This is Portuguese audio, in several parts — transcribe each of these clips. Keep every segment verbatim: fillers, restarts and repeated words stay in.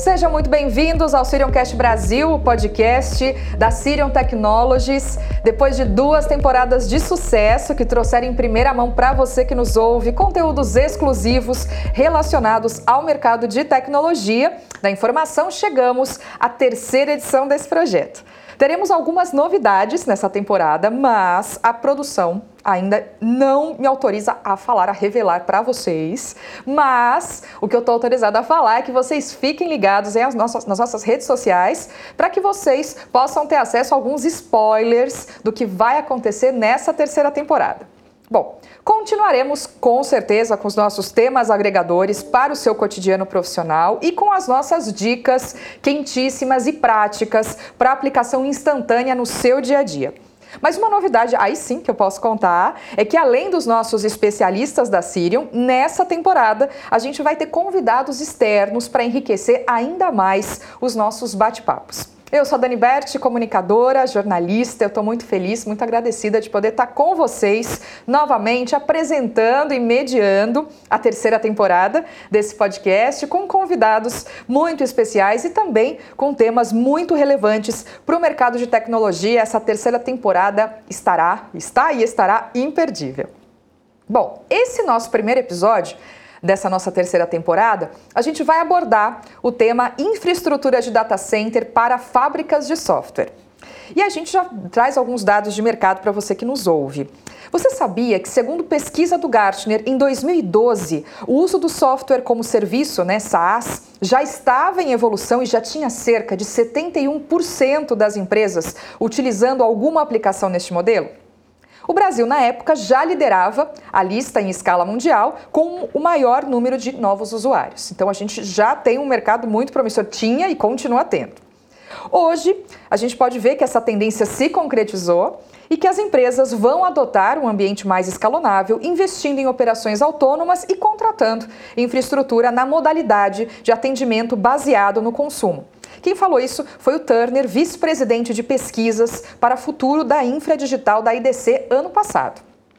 Sejam muito bem-vindos ao Sirioncast Brasil, o podcast da Sirion Technologies. Depois de duas temporadas de sucesso que trouxeram em primeira mão para você que nos ouve conteúdos exclusivos relacionados ao mercado de tecnologia da informação, chegamos à terceira edição desse projeto. Teremos algumas novidades nessa temporada, mas a produção ainda não me autoriza a falar, a revelar para vocês. Mas o que eu estou autorizada a falar é que vocês fiquem ligados nas nossas, nas nossas redes sociais para que vocês possam ter acesso a alguns spoilers do que vai acontecer nessa terceira temporada. Bom, continuaremos com certeza com os nossos temas agregadores para o seu cotidiano profissional e com as nossas dicas quentíssimas e práticas para aplicação instantânea no seu dia a dia. Mas uma novidade, aí sim que eu posso contar, é que além dos nossos especialistas da Sirion, nessa temporada a gente vai ter convidados externos para enriquecer ainda mais os nossos bate-papos. Eu sou a Dani Berti, comunicadora, jornalista, eu estou muito feliz, muito agradecida de poder estar com vocês novamente apresentando e mediando a terceira temporada desse podcast com convidados muito especiais e também com temas muito relevantes para o mercado de tecnologia. Essa terceira temporada estará, está e estará imperdível. Bom, esse nosso primeiro episódio dessa nossa terceira temporada, a gente vai abordar o tema infraestrutura de data center para fábricas de software. E a gente já traz alguns dados de mercado para você que nos ouve. Você sabia que, segundo pesquisa do Gartner, em dois mil e doze, o uso do software como serviço, né, SaaS, já estava em evolução e já tinha cerca de setenta e um por cento das empresas utilizando alguma aplicação neste modelo? O Brasil, na época, já liderava a lista em escala mundial com o maior número de novos usuários. Então, a gente já tem um mercado muito promissor, tinha e continua tendo. Hoje, a gente pode ver que essa tendência se concretizou e que as empresas vão adotar um ambiente mais escalonável, investindo em operações autônomas e contratando infraestrutura na modalidade de atendimento baseado no consumo. Quem falou isso foi o Turner, vice-presidente de pesquisas para futuro da Infra Digital da I D C ano passado.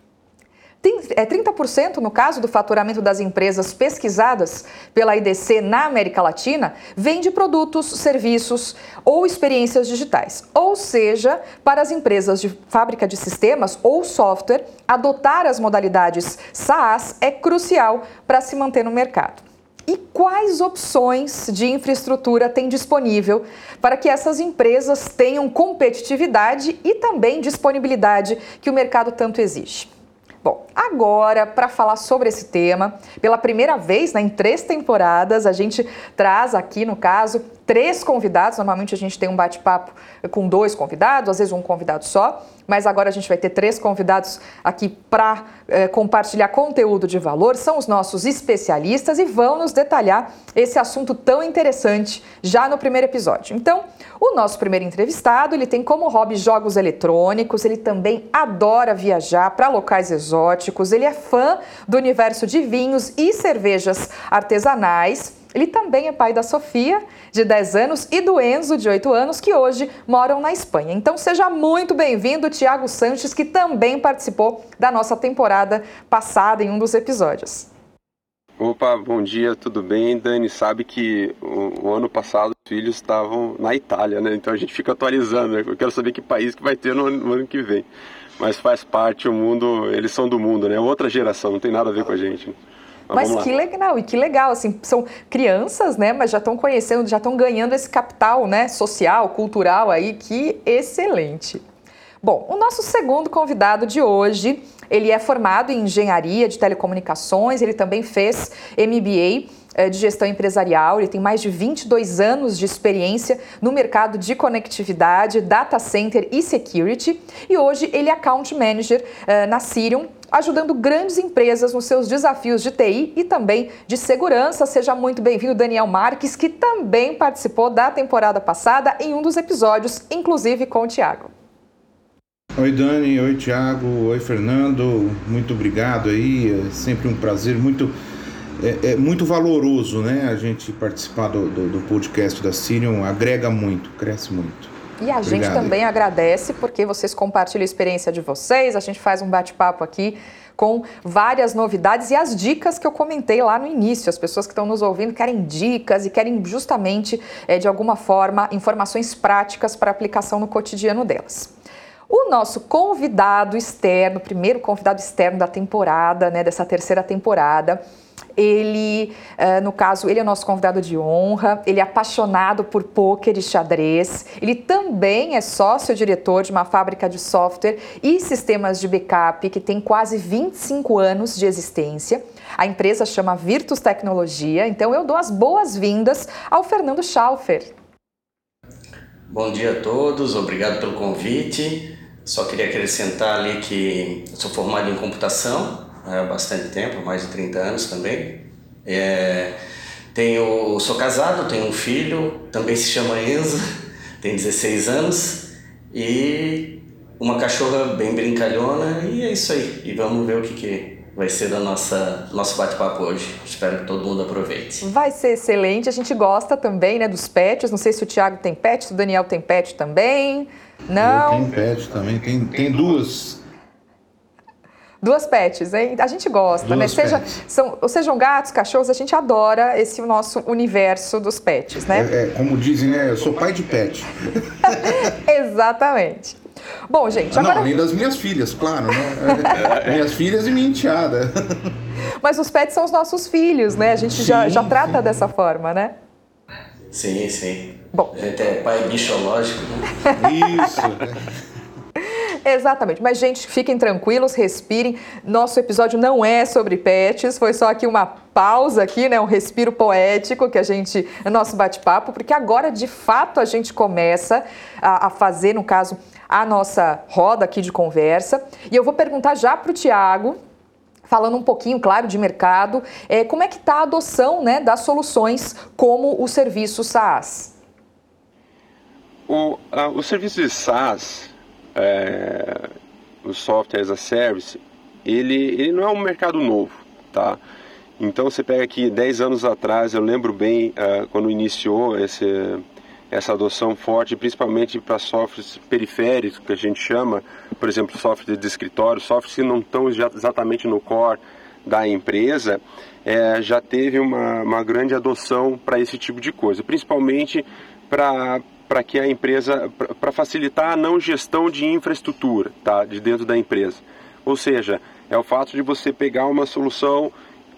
trinta por cento no caso do faturamento das empresas pesquisadas pela I D C na América Latina vem de produtos, serviços ou experiências digitais. Ou seja, para as empresas de fábrica de sistemas ou software, adotar as modalidades SaaS é crucial para se manter no mercado. E quais opções de infraestrutura tem disponível para que essas empresas tenham competitividade e também disponibilidade que o mercado tanto exige? Bom, agora, para falar sobre esse tema, pela primeira vez, né, em três temporadas, a gente traz aqui, no caso, três convidados. Normalmente a gente tem um bate-papo com dois convidados, às vezes um convidado só, mas agora a gente vai ter três convidados aqui para eh, compartilhar conteúdo de valor. São os nossos especialistas e vão nos detalhar esse assunto tão interessante já no primeiro episódio. Então, o nosso primeiro entrevistado, ele tem como hobby jogos eletrônicos, ele também adora viajar para locais exóticos, ele é fã do universo de vinhos e cervejas artesanais. Ele também é pai da Sofia, de dez anos, e do Enzo, de oito anos, que hoje moram na Espanha. Então seja muito bem-vindo, Thiago Sanches, que também participou da nossa temporada passada em um dos episódios. Opa, bom dia, tudo bem? Dani, sabe que o, o ano passado os filhos estavam na Itália, né? Então a gente fica atualizando, né? Eu quero saber que país que vai ter no, no ano que vem. Mas faz parte, o mundo, eles são do mundo, né? Outra geração, não tem nada a ver com a gente, né? Mas, mas que legal, e que legal, assim, são crianças, né, mas já estão conhecendo, já estão ganhando esse capital, né, social, cultural aí, que excelente. Bom, o nosso segundo convidado de hoje, ele é formado em engenharia de telecomunicações, ele também fez M B A de gestão empresarial, ele tem mais de vinte e dois anos de experiência no mercado de conectividade, data center e security, e hoje ele é account manager uh, na Sirion, ajudando grandes empresas nos seus desafios de T I e também de segurança. Seja muito bem-vindo, Daniel Marques, que também participou da temporada passada em um dos episódios, inclusive com o Thiago. Oi, Dani, oi, Thiago, oi, Fernando, muito obrigado aí, é sempre um prazer, muito, é, é muito valoroso, né, a gente participar do, do, do podcast da Sirion, agrega muito, cresce muito. E a gente Obrigado. Também agradece porque vocês compartilham a experiência de vocês, a gente faz um bate-papo aqui com várias novidades e as dicas que eu comentei lá no início. As pessoas que estão nos ouvindo querem dicas e querem justamente, é, de alguma forma, informações práticas para aplicação no cotidiano delas. O nosso convidado externo, primeiro convidado externo da temporada, né, dessa terceira temporada, ele, uh, no caso, ele é nosso convidado de honra, ele é apaixonado por pôquer e xadrez, ele também é sócio-diretor de uma fábrica de software e sistemas de backup que tem quase vinte e cinco anos de existência. A empresa chama Virtus Tecnologia, então eu dou as boas-vindas ao Fernando Schaufer. Bom dia a todos, obrigado pelo convite. Só queria acrescentar ali que eu sou formado em computação há bastante tempo, mais de trinta anos também. É, tenho, sou casado, tenho um filho, também se chama Enzo, tem dezesseis anos, e uma cachorra bem brincalhona, e é isso aí. E vamos ver o que, que vai ser do nossa, nosso bate-papo hoje. Espero que todo mundo aproveite. Vai ser excelente, a gente gosta também, né, dos pets. Não sei se o Thiago tem pet, se o Daniel tem pet também. Não? Eu tenho pet também, tem, tem duas... Duas pets, hein? A gente gosta, Duas né? Seja, pets. são, ou sejam gatos, cachorros, a gente adora esse nosso universo dos pets, né? É, é, como dizem, né? Eu sou pai de pet. Exatamente. Bom, gente, agora... Não, além das minhas filhas, claro, né? Minhas filhas e minha enteada. Mas os pets são os nossos filhos, né? A gente Sim, já, já trata sim. dessa forma, né? Sim, sim. Bom. A gente é pai bichológico, né? Isso. Exatamente, mas gente, fiquem tranquilos, respirem, nosso episódio não é sobre pets, foi só aqui uma pausa aqui, né, um respiro poético que a gente, no nosso bate-papo, porque agora de fato a gente começa a, a fazer, no caso, a nossa roda aqui de conversa, e eu vou perguntar já para o Thiago, falando um pouquinho, claro, de mercado, é, como é que está a adoção, né, das soluções como o serviço SaaS? O, a, o serviço de SaaS... É, o Software as a Service, ele, ele não é um mercado novo, tá? Então você pega aqui dez anos atrás, eu lembro bem uh, quando iniciou esse, essa adoção forte, principalmente para softwares periféricos, que a gente chama, por exemplo, software de escritório, softwares que não estão exatamente no core da empresa, é, já teve uma, uma grande adoção para esse tipo de coisa, principalmente para para que a empresa, para facilitar a não gestão de infraestrutura, tá, de dentro da empresa. Ou seja, é o fato de você pegar uma solução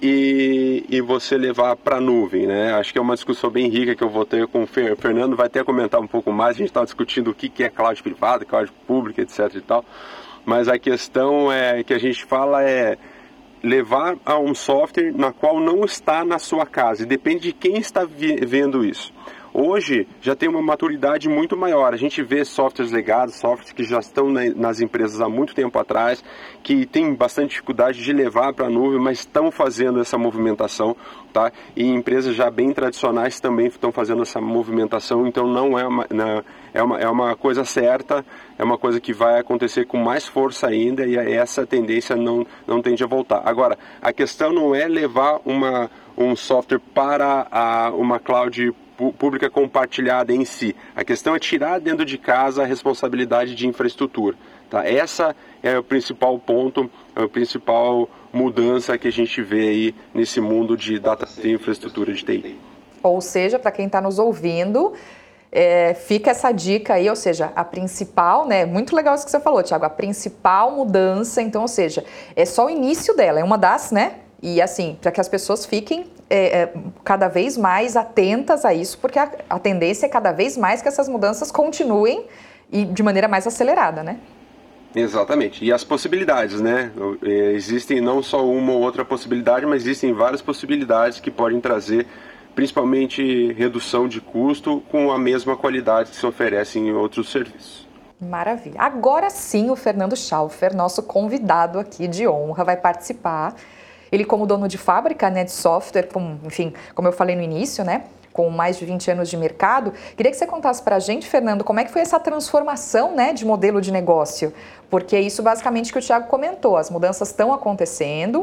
e, e você levar para a nuvem, né? Acho que é uma discussão bem rica que eu vou ter com o Fernando, vai até comentar um pouco mais, a gente está discutindo o que é cloud privado, cloud pública, etc e tal, mas a questão é, que a gente fala é levar a um software na qual não está na sua casa, e depende de quem está vendo isso. Hoje já tem uma maturidade muito maior, a gente vê softwares legados, softwares que já estão nas empresas há muito tempo atrás, que tem bastante dificuldade de levar para a nuvem, mas estão fazendo essa movimentação, tá? E empresas já bem tradicionais também estão fazendo essa movimentação, então não é uma, não, é uma, é uma coisa certa, é uma coisa que vai acontecer com mais força ainda, e essa tendência não, não tende a voltar. Agora, a questão não é levar uma, um software para a, uma cloud pública compartilhada em si. A questão é tirar dentro de casa a responsabilidade de infraestrutura. Tá? Essa é o principal ponto, a principal mudança que a gente vê aí nesse mundo de data center e infraestrutura de T I. Ou seja, para quem está nos ouvindo, é, fica essa dica aí, ou seja, a principal, né, muito legal isso que você falou, Thiago, a principal mudança, então, ou seja, é só o início dela, é uma das, né, e assim, para que as pessoas fiquem é, é, cada vez mais atentas a isso, porque a, a tendência é cada vez mais que essas mudanças continuem e de maneira mais acelerada, né? Exatamente, e as possibilidades, né? Existem não só uma ou outra possibilidade, mas existem várias possibilidades que podem trazer, principalmente redução de custo com a mesma qualidade que se oferece em outros serviços. Maravilha. Agora sim o Fernando Schaufer, nosso convidado aqui de honra, vai participar. Ele como dono de fábrica, né, de software, com, enfim, como eu falei no início, né, com mais de vinte anos de mercado, queria que você contasse para a gente, Fernando, como é que foi essa transformação, né, de modelo de negócio? Porque é isso basicamente que o Thiago comentou, as mudanças estão acontecendo,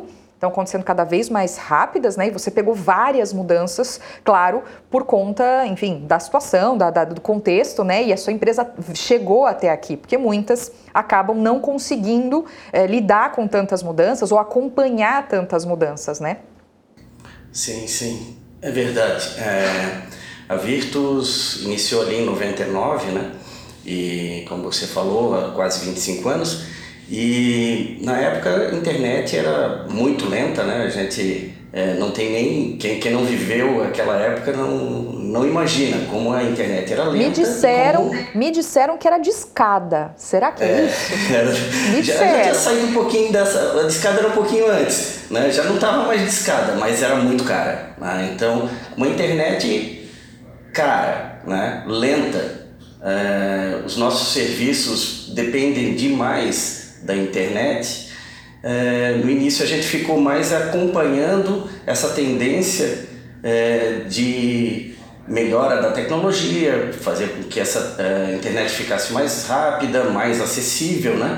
estão acontecendo cada vez mais rápidas, né? E você pegou várias mudanças, claro, por conta, enfim, da situação, da, da, do contexto, né? E a sua empresa chegou até aqui, porque muitas acabam não conseguindo é, lidar com tantas mudanças ou acompanhar tantas mudanças, né? Sim, sim, é verdade. É, a Virtus iniciou ali em noventa e nove, né? E como você falou, há quase vinte e cinco anos. E na época a internet era muito lenta, né? A gente é, não tem nem... Quem, quem não viveu aquela época não, não imagina como a internet era lenta. Me disseram, como... me disseram que era discada. Será que é, é isso? Era, me já, disseram. Já tinha saído um pouquinho dessa... A discada era um pouquinho antes, né? Já não estava mais discada, mas era muito cara, né? Então, uma internet cara, né? Lenta. É, os nossos serviços dependem demais da internet. É, no início a gente ficou mais acompanhando essa tendência é, de melhora da tecnologia, fazer com que essa é, internet ficasse mais rápida, mais acessível, né?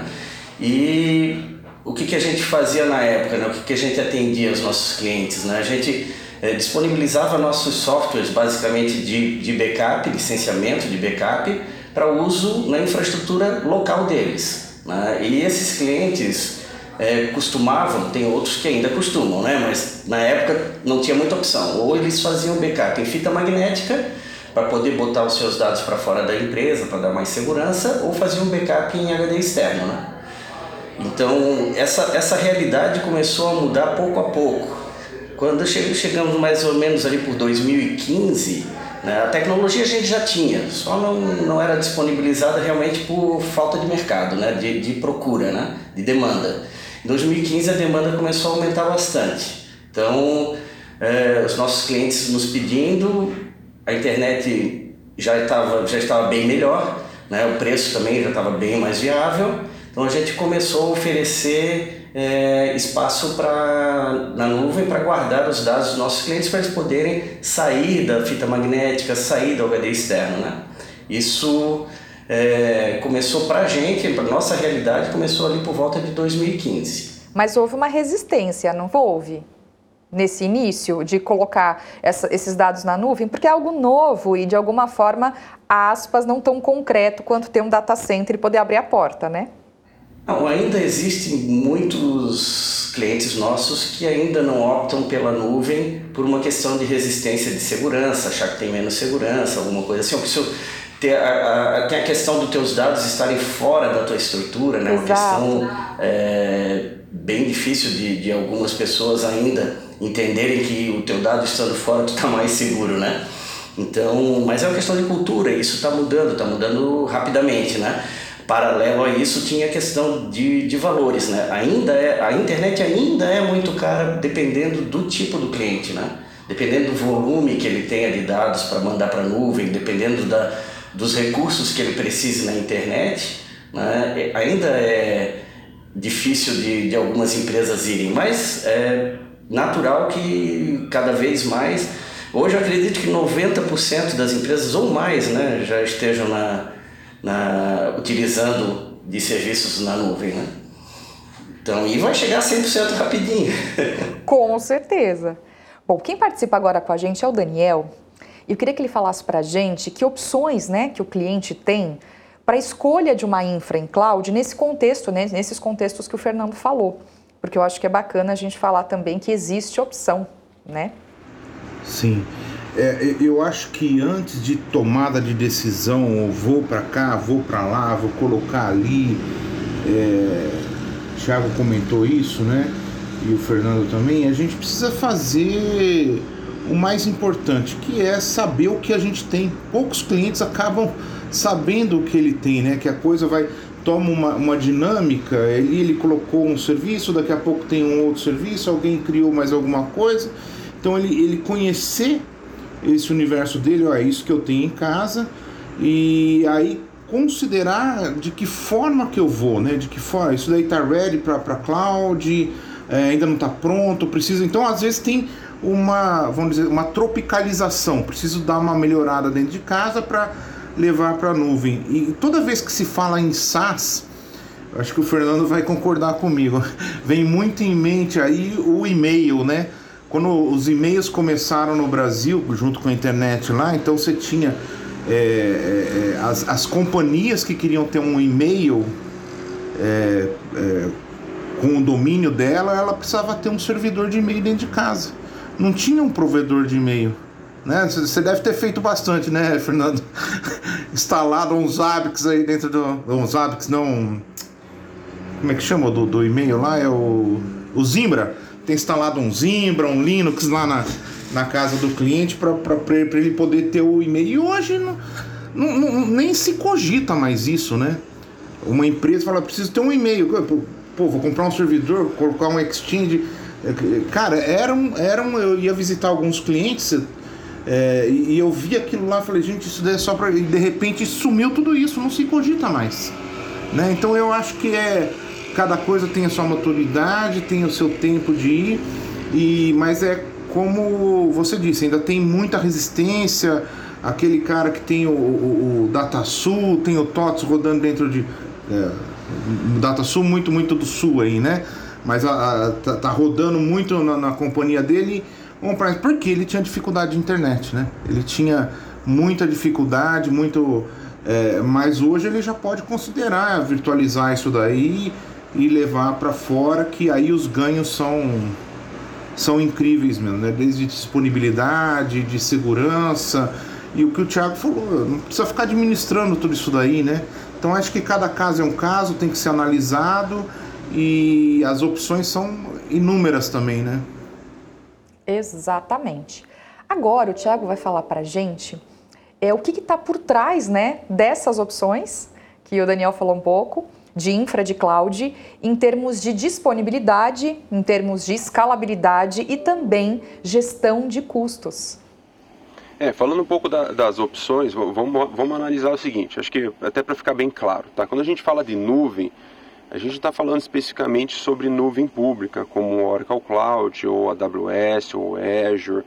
E o que, que a gente fazia na época, né? O que, que a gente atendia aos nossos clientes, né? A gente é, disponibilizava nossos softwares basicamente de, de backup, licenciamento de backup, para uso na infraestrutura local deles. Né? E esses clientes é, costumavam, tem outros que ainda costumam, né? Mas na época não tinha muita opção. Ou eles faziam backup em fita magnética para poder botar os seus dados para fora da empresa, para dar mais segurança, ou faziam backup em H D externo. Né? Então essa, essa realidade começou a mudar pouco a pouco. Quando chegamos mais ou menos ali por dois mil e quinze, né, a tecnologia a gente já tinha, só não, não era disponibilizada realmente por falta de mercado, né, de, de procura, né, de demanda. Em dois mil e quinze a demanda começou a aumentar bastante. Então, é, os nossos clientes nos pedindo, a internet já estava, já estava bem melhor, né, o preço também já estava bem mais viável. Então a gente começou a oferecer É, espaço pra, na nuvem para guardar os dados dos nossos clientes para eles poderem sair da fita magnética, sair do H D externo, né? Isso é, começou para a gente, para nossa realidade, começou ali por volta de dois mil e quinze. Mas houve uma resistência, não houve? Nesse início de colocar essa, esses dados na nuvem, porque é algo novo e de alguma forma, aspas, não tão concreto quanto ter um data center e poder abrir a porta, né? Não, ainda existem muitos clientes nossos que ainda não optam pela nuvem por uma questão de resistência de segurança, achar que tem menos segurança, alguma coisa assim. Ou que isso, tem, a, a, tem a questão dos teus dados estarem fora da tua estrutura, né? Uma questão é, bem difícil de, de algumas pessoas ainda entenderem que o teu dado estando fora tu está mais seguro, né? Então, mas é uma questão de cultura, isso está mudando, está mudando rapidamente, né? Paralelo a isso tinha a questão de, de valores, né? Ainda é, a internet ainda é muito cara dependendo do tipo do cliente, né? Dependendo do volume que ele tenha de dados para mandar para a nuvem, dependendo da, dos recursos que ele precise na internet, né? Ainda é difícil de, de algumas empresas irem, mas é natural que cada vez mais, hoje eu acredito que noventa por cento das empresas ou mais, né, já estejam na Na, utilizando de serviços na nuvem, né? Então, e vai chegar a cem por cento rapidinho. Com certeza. Bom, quem participa agora com a gente é o Daniel. Eu queria que ele falasse para a gente que opções, né, que o cliente tem para a escolha de uma infra em cloud nesse contexto, né, nesses contextos que o Fernando falou. Porque eu acho que é bacana a gente falar também que existe opção, né? Sim. É, eu acho que antes de tomada de decisão, vou para cá, vou para lá, vou colocar ali, é, o Thiago comentou isso, né? E o Fernando também, a gente precisa fazer o mais importante, que é saber o que a gente tem. Poucos clientes acabam sabendo o que ele tem, né? Que a coisa vai, toma uma, uma dinâmica, ele, ele colocou um serviço, daqui a pouco tem um outro serviço, alguém criou mais alguma coisa. Então ele, ele conhecer esse universo dele, ó, é isso que eu tenho em casa, e aí considerar de que forma que eu vou, né? De que forma, isso daí tá ready para para cloud, é, ainda não tá pronto, precisa. Então às vezes tem uma, vamos dizer, uma tropicalização, preciso dar uma melhorada dentro de casa para levar para a nuvem. E toda vez que se fala em SaaS, acho que o Fernando vai concordar comigo. Vem muito em mente aí o e-mail, né? Quando os e-mails começaram no Brasil, junto com a internet lá, então você tinha é, é, as, as companhias que queriam ter um e-mail é, é, com o domínio dela, ela precisava ter um servidor de e-mail dentro de casa. Não tinha um provedor de e-mail. Né? Você deve ter feito bastante, né, Fernando? Instalado uns Zabbix aí dentro do... Uns Zabbix, não... Como é que chama do, do e-mail lá? É o, o Zimbra. Tem instalado um Zimbra, um Linux lá na, na casa do cliente para ele poder ter o e-mail. E hoje não, não, não, nem se cogita mais isso, né? Uma empresa fala, preciso ter um e-mail. Pô, vou comprar um servidor, colocar um Exchange. Cara, era um, era um, eu ia visitar alguns clientes... É, e eu vi aquilo lá e falei, gente, isso daí é só pra... E de repente sumiu tudo isso, não se cogita mais, né? Então eu acho que é... Cada coisa tem a sua maturidade, tem o seu tempo de ir, e, mas é como você disse, ainda tem muita resistência. Aquele cara que tem o, o, o DataSul, tem o T O T S rodando dentro de... É, o DataSul muito, muito do sul aí, né? Mas a, a, tá, tá rodando muito na, na companhia dele... Porque ele tinha dificuldade de internet, né? Ele tinha muita dificuldade, muito... É, mas hoje ele já pode considerar virtualizar isso daí e levar para fora, que aí os ganhos são, são incríveis mesmo, né? Desde disponibilidade, de segurança, e o que o Thiago falou, não precisa ficar administrando tudo isso daí, né? Então acho que cada caso é um caso, tem que ser analisado, e as opções são inúmeras também, né? Exatamente. Agora o Thiago vai falar para a gente é, o que está por trás, né, dessas opções, que o Daniel falou um pouco, de infra de cloud, em termos de disponibilidade, em termos de escalabilidade e também gestão de custos. É, falando um pouco da, das opções, vamos, vamos analisar o seguinte, acho que até para ficar bem claro, tá? Quando a gente fala de nuvem, a gente está falando especificamente sobre nuvem pública, como Oracle Cloud, ou A W S, ou Azure,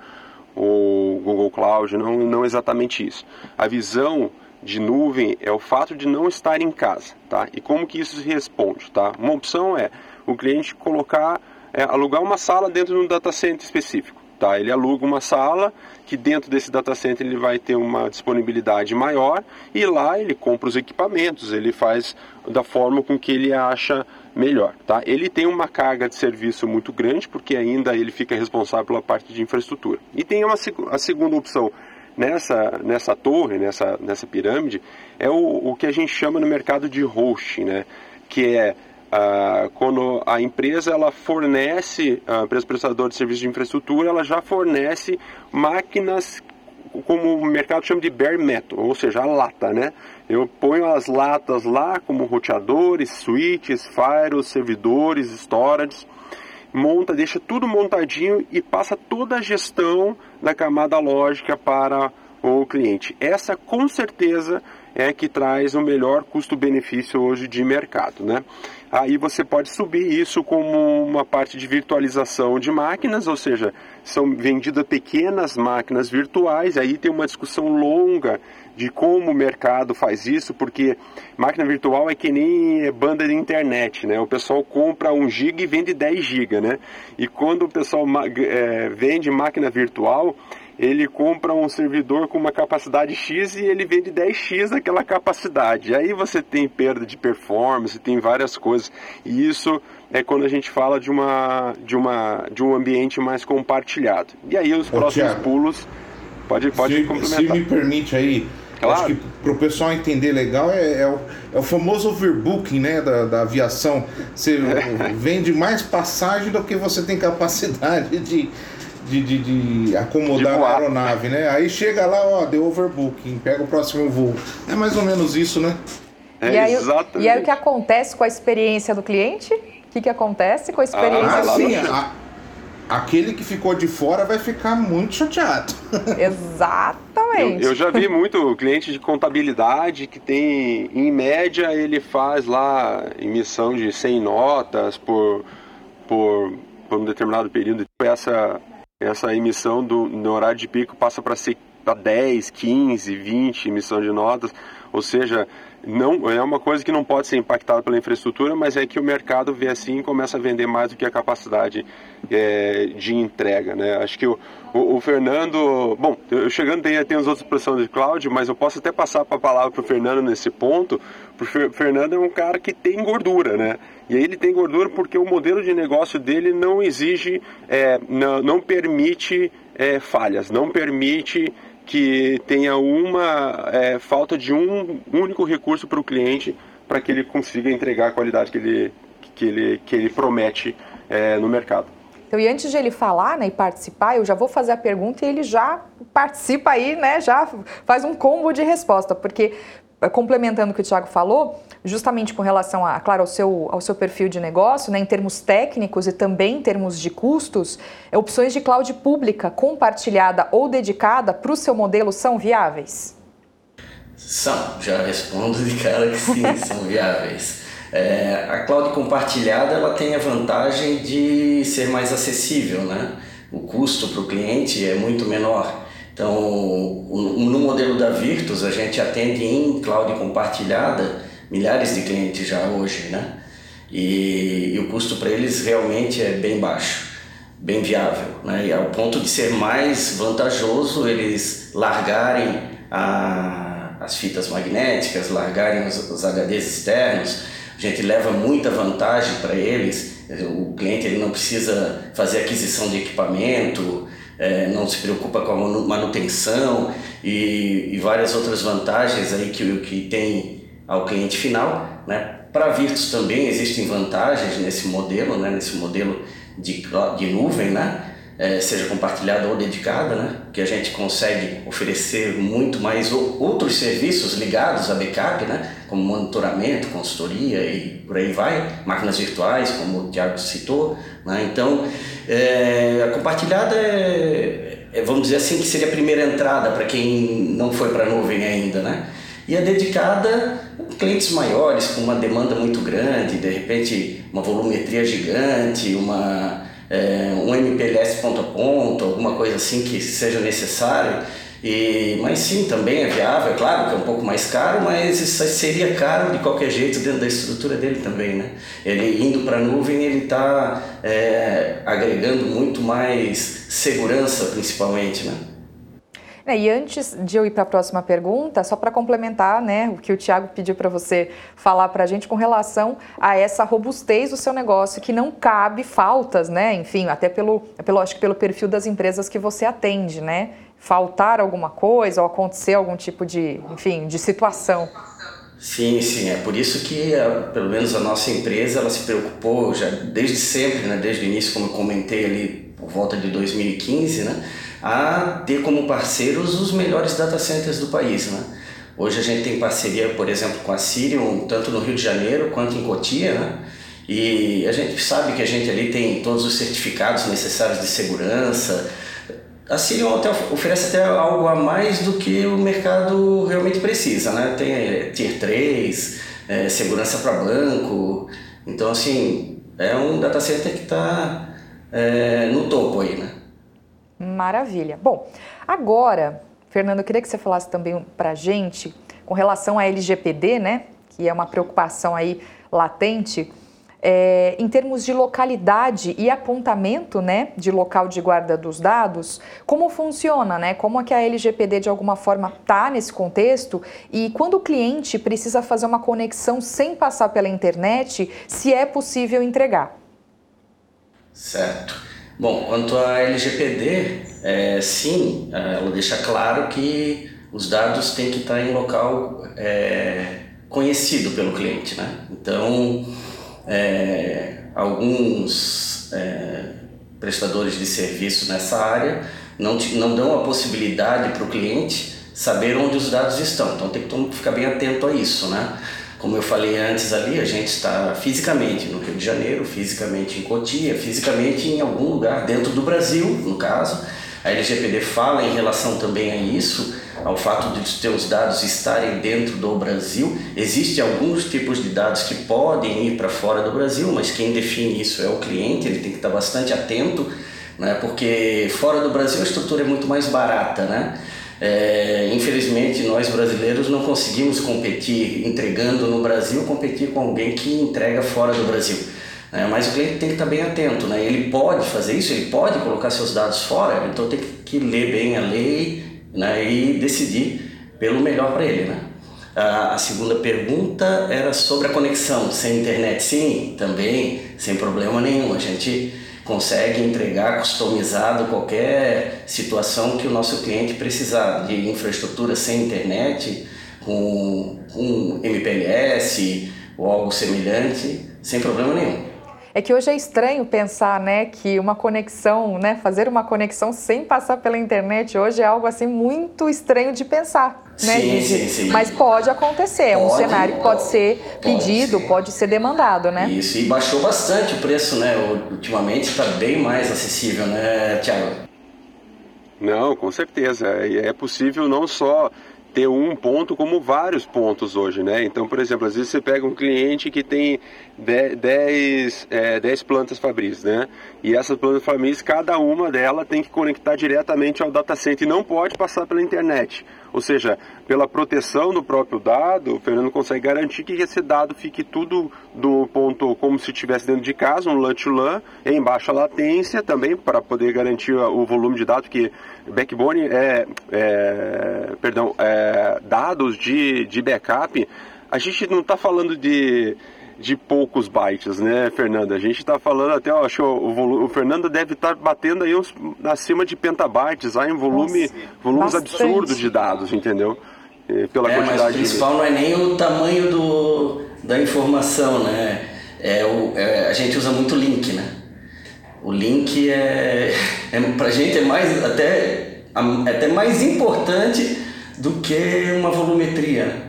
ou Google Cloud, não, não exatamente isso. A visão de nuvem é o fato de não estar em casa, tá? E como que isso se responde, tá? Uma opção é o cliente colocar, é, alugar uma sala dentro de um data center específico. Tá, ele aluga uma sala que dentro desse data center ele vai ter uma disponibilidade maior e lá ele compra os equipamentos, ele faz da forma com que ele acha melhor. Tá? Ele tem uma carga de serviço muito grande porque ainda ele fica responsável pela parte de infraestrutura. E tem uma, a segunda opção nessa, nessa torre, nessa, nessa pirâmide, é o, o que a gente chama no mercado de hosting, né? Que é Uh, quando a empresa ela fornece, a empresa prestadora de serviço de infraestrutura, ela já fornece máquinas como o mercado chama de bare metal, ou seja, a lata, né? Eu ponho as latas lá como roteadores, switches, firewalls, servidores, storage, monta, deixa tudo montadinho e passa toda a gestão da camada lógica para o cliente. Essa com certeza é que traz o melhor custo-benefício hoje de mercado, né? Aí você pode subir isso como uma parte de virtualização de máquinas, ou seja, são vendidas pequenas máquinas virtuais, aí tem uma discussão longa de como o mercado faz isso, porque máquina virtual é que nem banda de internet, né? O pessoal compra um giga e vende dez giga, né? E quando o pessoal é, vende máquina virtual, ele compra um servidor com uma capacidade X e ele vende dez x daquela capacidade. Aí você tem perda de performance, tem várias coisas. E isso é quando a gente fala de, uma, de, uma, de um ambiente mais compartilhado. E aí os Ô, próximos Thiago, pulos... Pode, pode se, complementar. Se me permite aí, claro. Acho que para o pessoal entender legal, é, é, o, é o famoso overbooking, né, da, da aviação. Você é. vende mais passagem do que você tem capacidade de... De, de, de acomodar de a aeronave, né? Aí chega lá, ó, deu overbooking, pega o próximo voo. É mais ou menos isso, né? É, e, aí, exatamente. E aí o que acontece com a experiência do cliente? O que, que acontece com a experiência ah, do sim, cliente? A, aquele que ficou de fora vai ficar muito chateado. Exatamente. Eu, eu já vi muito cliente de contabilidade que tem, em média, ele faz lá emissão de cem notas por, por, por um determinado período. Essa... Essa emissão do, no horário de pico passa para ser para dez, quinze, vinte emissão de notas, ou seja, não, é uma coisa que não pode ser impactada pela infraestrutura, mas é que o mercado vê assim e começa a vender mais do que a capacidade é, de entrega, né? Acho que o, o, o Fernando, bom, eu chegando tem, tem as outras posições de cloud, mas eu posso até passar a palavra para o Fernando nesse ponto, porque o Fernando é um cara que tem gordura, né? E aí ele tem gordura porque o modelo de negócio dele não exige, é, não, não permite é, falhas, não permite que tenha uma é, falta de um único recurso para o cliente para que ele consiga entregar a qualidade que ele, que ele, que ele promete é, no mercado. Então, e antes de ele falar, né, e participar, eu já vou fazer a pergunta e ele já participa aí, né, já faz um combo de resposta, porque complementando o que o Thiago falou, justamente com relação, a, claro, ao seu, ao seu perfil de negócio, né, em termos técnicos e também em termos de custos, opções de cloud pública, compartilhada ou dedicada para o seu modelo são viáveis? São, já respondo de cara que sim, são viáveis. É, a cloud compartilhada ela tem a vantagem de ser mais acessível, né? O custo para o cliente é muito menor. Então, no modelo da Virtus, a gente atende em cloud compartilhada milhares de clientes já hoje, né? E, e o custo para eles realmente é bem baixo, bem viável, né? E ao ponto de ser mais vantajoso eles largarem a, as fitas magnéticas, largarem os, os H Ds externos. A gente leva muita vantagem para eles. O cliente ele não precisa fazer aquisição de equipamento, É, não se preocupa com a manutenção e, e várias outras vantagens aí que, que tem ao cliente final, né? Para a Virtus também existem vantagens nesse modelo, né? Nesse modelo de, de nuvem, né? É, seja compartilhada ou dedicada, né? Que a gente consegue oferecer muito mais outros serviços ligados a backup, né? Como monitoramento, consultoria e por aí vai, máquinas virtuais, como o Thiago citou, né? Então, é, a compartilhada é, é, vamos dizer assim, que seria a primeira entrada para quem não foi para a nuvem ainda, né? E a dedicada, clientes maiores com uma demanda muito grande, de repente uma volumetria gigante, uma É, um M P L S ponto a ponto, alguma coisa assim que seja necessário. E, mas sim, também é viável, é claro que é um pouco mais caro, mas isso seria caro de qualquer jeito dentro da estrutura dele também, né? Ele indo para a nuvem, ele está é, agregando muito mais segurança, principalmente, né? É, e antes de eu ir para a próxima pergunta, só para complementar, né, o que o Thiago pediu para você falar para a gente com relação a essa robustez do seu negócio, que não cabe faltas, né, enfim, até pelo, pelo, acho que pelo perfil das empresas que você atende, né, faltar alguma coisa ou acontecer algum tipo de, enfim, de situação. Sim, sim, é por isso que, pelo menos a nossa empresa, ela se preocupou já desde sempre, né, desde o início, como eu comentei ali, por volta de dois mil e quinze, né, a ter como parceiros os melhores data centers do país, né? Hoje a gente tem parceria, por exemplo, com a Sirion, tanto no Rio de Janeiro quanto em Cotia, né? E a gente sabe que a gente ali tem todos os certificados necessários de segurança. A Sirion até oferece até algo a mais do que o mercado realmente precisa, né? Tem é, Tier três, é, segurança para banco. Então, assim, é um data center que está é, no topo aí, né? Maravilha. Bom, agora, Fernando, eu queria que você falasse também para a gente com relação à L G P D, né, que é uma preocupação aí latente, é, em termos de localidade e apontamento, né, de local de guarda dos dados, como funciona, né, como é que a L G P D de alguma forma está nesse contexto e quando o cliente precisa fazer uma conexão sem passar pela internet, se é possível entregar. Certo. Bom, quanto à L G P D, é, sim, ela deixa claro que os dados têm que estar em local é, conhecido pelo cliente, né? Então, é, alguns é, prestadores de serviço nessa área não, te, não dão a possibilidade para o cliente saber onde os dados estão, então tem que ficar bem atento a isso, né? Como eu falei antes ali, a gente está fisicamente no Rio de Janeiro, fisicamente em Cotia, fisicamente em algum lugar dentro do Brasil, no caso. A L G P D fala em relação também a isso, ao fato de os teus dados estarem dentro do Brasil. Existem alguns tipos de dados que podem ir para fora do Brasil, mas quem define isso é o cliente, ele tem que estar bastante atento, né? Porque fora do Brasil a estrutura é muito mais barata, né? É, infelizmente, nós brasileiros não conseguimos competir, entregando no Brasil, competir com alguém que entrega fora do Brasil. É, mas o cliente tem que estar bem atento, né? Ele pode fazer isso, ele pode colocar seus dados fora, então tem que ler bem a lei, né? E decidir pelo melhor para ele, né? A, a segunda pergunta era sobre a conexão sem internet. Sim, também, sem problema nenhum. A gente consegue entregar customizado qualquer situação que o nosso cliente precisar de infraestrutura sem internet, com, com M P L S ou algo semelhante, sem problema nenhum. É que hoje é estranho pensar, né, que uma conexão, né, fazer uma conexão sem passar pela internet hoje é algo assim muito estranho de pensar, né, sim, sim, sim. Mas pode acontecer, é um pode, cenário que pode ser pedido, pode ser. pode ser demandado, né? Isso, e baixou bastante o preço, né, ultimamente está bem mais acessível, né, Thiago? Não, com certeza, é possível não só ter um ponto como vários pontos hoje, né? Então, por exemplo, às vezes você pega um cliente que tem dez, é, dez plantas fabris, né? E essas plantas fabris, cada uma delas tem que conectar diretamente ao data center e não pode passar pela internet. Ou seja, pela proteção do próprio dado, o Fernando consegue garantir que esse dado fique tudo do ponto como se estivesse dentro de casa, um LAN to LAN, em baixa latência também, para poder garantir o volume de dados, que backbone é, é perdão, é, dados de, de backup, a gente não está falando de, de poucos bytes, né, Fernando? A gente está falando até, eu acho, o, o, o Fernando deve estar tá batendo aí uns, acima de petabytes, aí em volume, Nossa, volumes bastante. absurdos de dados, entendeu? E pela é, quantidade mas o principal de... não é nem o tamanho do, da informação, né? É o, é, a gente usa muito link, né? O link é, é pra gente é mais até, até mais importante do que uma volumetria, né?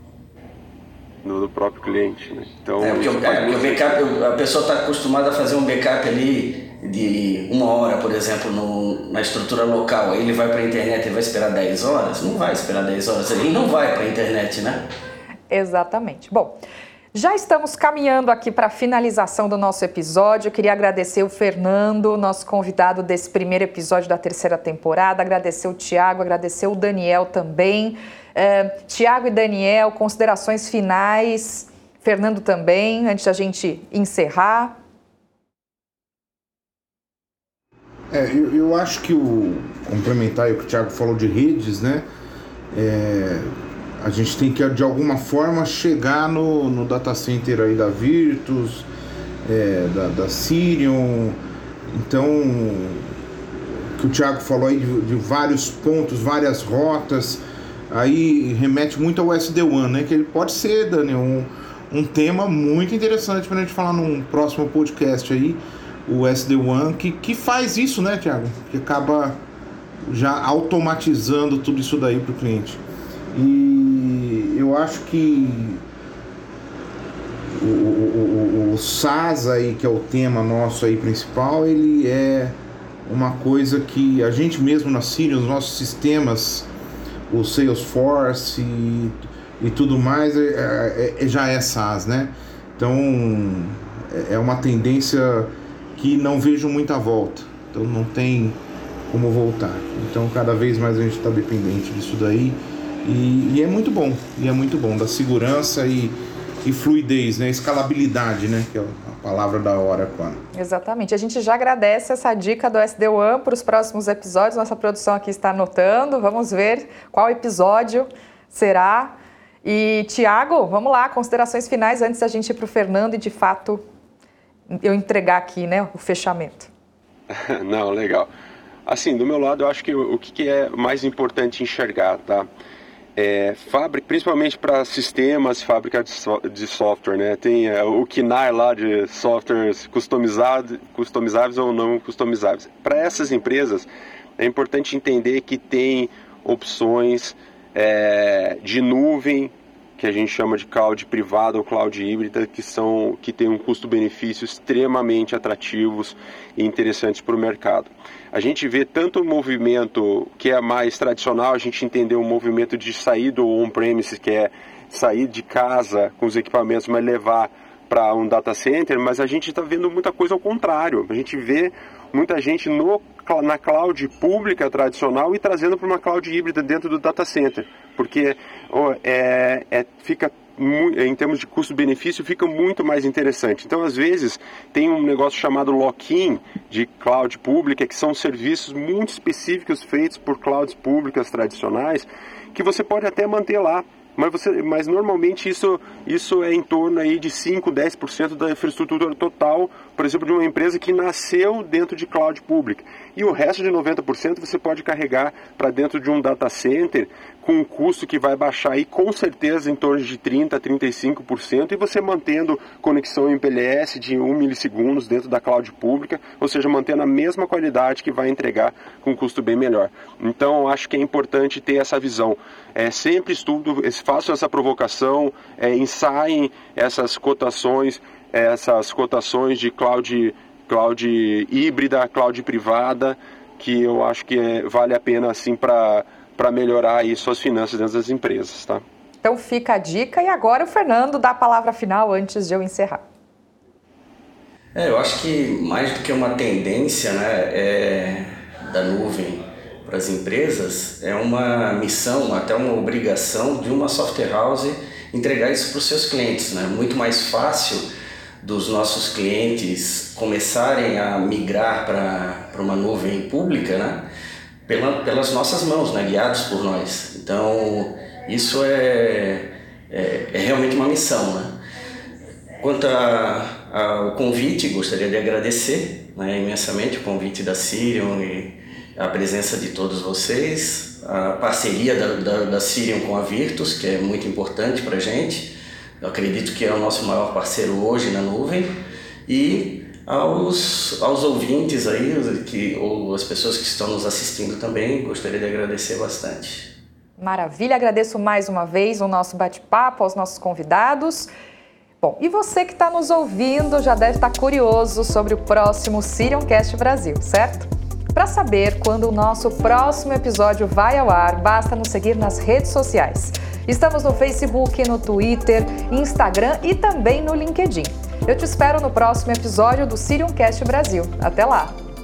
Do, do próprio cliente, né? Então, é, porque, é, porque o backup, a pessoa está acostumada a fazer um backup ali de uma hora, por exemplo, no, na estrutura local, aí ele vai para a internet e vai esperar dez horas? Não vai esperar dez horas, ele não vai para a internet, né? Exatamente. Bom, já estamos caminhando aqui para a finalização do nosso episódio. Eu queria agradecer o Fernando, nosso convidado desse primeiro episódio da terceira temporada, agradecer o Thiago, agradecer o Daniel também. Uh, Thiago e Daniel, considerações finais, Fernando também, antes da gente encerrar. É, eu, eu acho que o complementar o que o Thiago falou de redes, né? É, a gente tem que de alguma forma chegar no, no data center aí da Virtus, é, da, da Sirion. Então, o que o Thiago falou aí de, de vários pontos, várias rotas, aí remete muito ao S D WAN, né? Que ele pode ser, Dani, um, um tema muito interessante para a gente falar num próximo podcast aí, o S D WAN, que, que faz isso, né, Thiago? Que acaba já automatizando tudo isso daí para o cliente. E eu acho que o, o, o, o SaaS aí, que é o tema nosso aí principal, ele é uma coisa que a gente mesmo na Sirion, os nossos sistemas, o Salesforce e, e tudo mais, é, é, já é SaaS, né? Então é uma tendência que não vejo muita volta, então não tem como voltar. Então cada vez mais a gente está dependente disso daí, e, e é muito bom, e é muito bom, da segurança e, e fluidez, né? Escalabilidade, né? Que é a palavra da hora, claro. Exatamente, a gente já agradece essa dica do S D WAN para os próximos episódios, nossa produção aqui está anotando, vamos ver qual episódio será. E Thiago, vamos lá, considerações finais antes da gente ir para o Fernando e de fato eu entregar aqui, né, o fechamento. Não, legal. Assim, do meu lado, eu acho que o que é mais importante enxergar, tá? É, fábrica, principalmente para sistemas, fábrica de, so, de software, né? Tem é, o K N A R lá de softwares customizados, customizáveis ou não customizáveis. Para essas empresas, é importante entender que tem opções é, de nuvem, que a gente chama de cloud privada ou cloud híbrida, que, são, que tem um custo-benefício extremamente atrativos e interessantes para o mercado. A gente vê tanto o movimento que é mais tradicional, a gente entendeu um movimento de sair do on-premise, que é sair de casa com os equipamentos, mas levar para um data center, mas a gente está vendo muita coisa ao contrário. A gente vê muita gente no, na cloud pública tradicional e trazendo para uma cloud híbrida dentro do data center, porque é, é, fica, em termos de custo-benefício, fica muito mais interessante. Então, às vezes, tem um negócio chamado lock-in de cloud pública, que são serviços muito específicos feitos por clouds públicas tradicionais, que você pode até manter lá. Mas, você, mas normalmente isso, isso é em torno aí de cinco, dez por cento da infraestrutura total, por exemplo, de uma empresa que nasceu dentro de cloud pública. E o resto de noventa por cento você pode carregar para dentro de um data center com um custo que vai baixar aí com certeza em torno de trinta, trinta e cinco por cento, e você mantendo conexão M P L S de um milissegundos dentro da cloud pública, ou seja, mantendo a mesma qualidade que vai entregar com um custo bem melhor. Então, acho que é importante ter essa visão. É, sempre estudo, façam essa provocação, é, ensaiem essas cotações, é, essas cotações de cloud, cloud híbrida, cloud privada, que eu acho que é, vale a pena assim para para melhorar aí suas finanças dentro das empresas, tá? Então fica a dica, e agora o Fernando dá a palavra final antes de eu encerrar. É, eu acho que mais do que uma tendência, né, é, da nuvem para as empresas, é uma missão, até uma obrigação de uma software house entregar isso para os seus clientes, né? Muito mais fácil dos nossos clientes começarem a migrar para uma nuvem pública, né? Pela, pelas nossas mãos, né? Guiados por nós. Então, isso é, é, é realmente uma missão, né? Quanto a, a, ao convite, gostaria de agradecer, né, imensamente o convite da Cirium e a presença de todos vocês, a parceria da, da, da Cirium com a Virtus, que é muito importante para a gente. Eu acredito que é o nosso maior parceiro hoje na nuvem, e aos, aos ouvintes aí, que, ou as pessoas que estão nos assistindo também, gostaria de agradecer bastante. Maravilha, agradeço mais uma vez o nosso bate-papo, aos nossos convidados. Bom, e você que está nos ouvindo já deve estar curioso sobre o próximo SiriumCast Brasil, certo? Para saber quando o nosso próximo episódio vai ao ar, basta nos seguir nas redes sociais. Estamos no Facebook, no Twitter, Instagram e também no LinkedIn. Eu te espero no próximo episódio do SiriumCast Brasil. Até lá!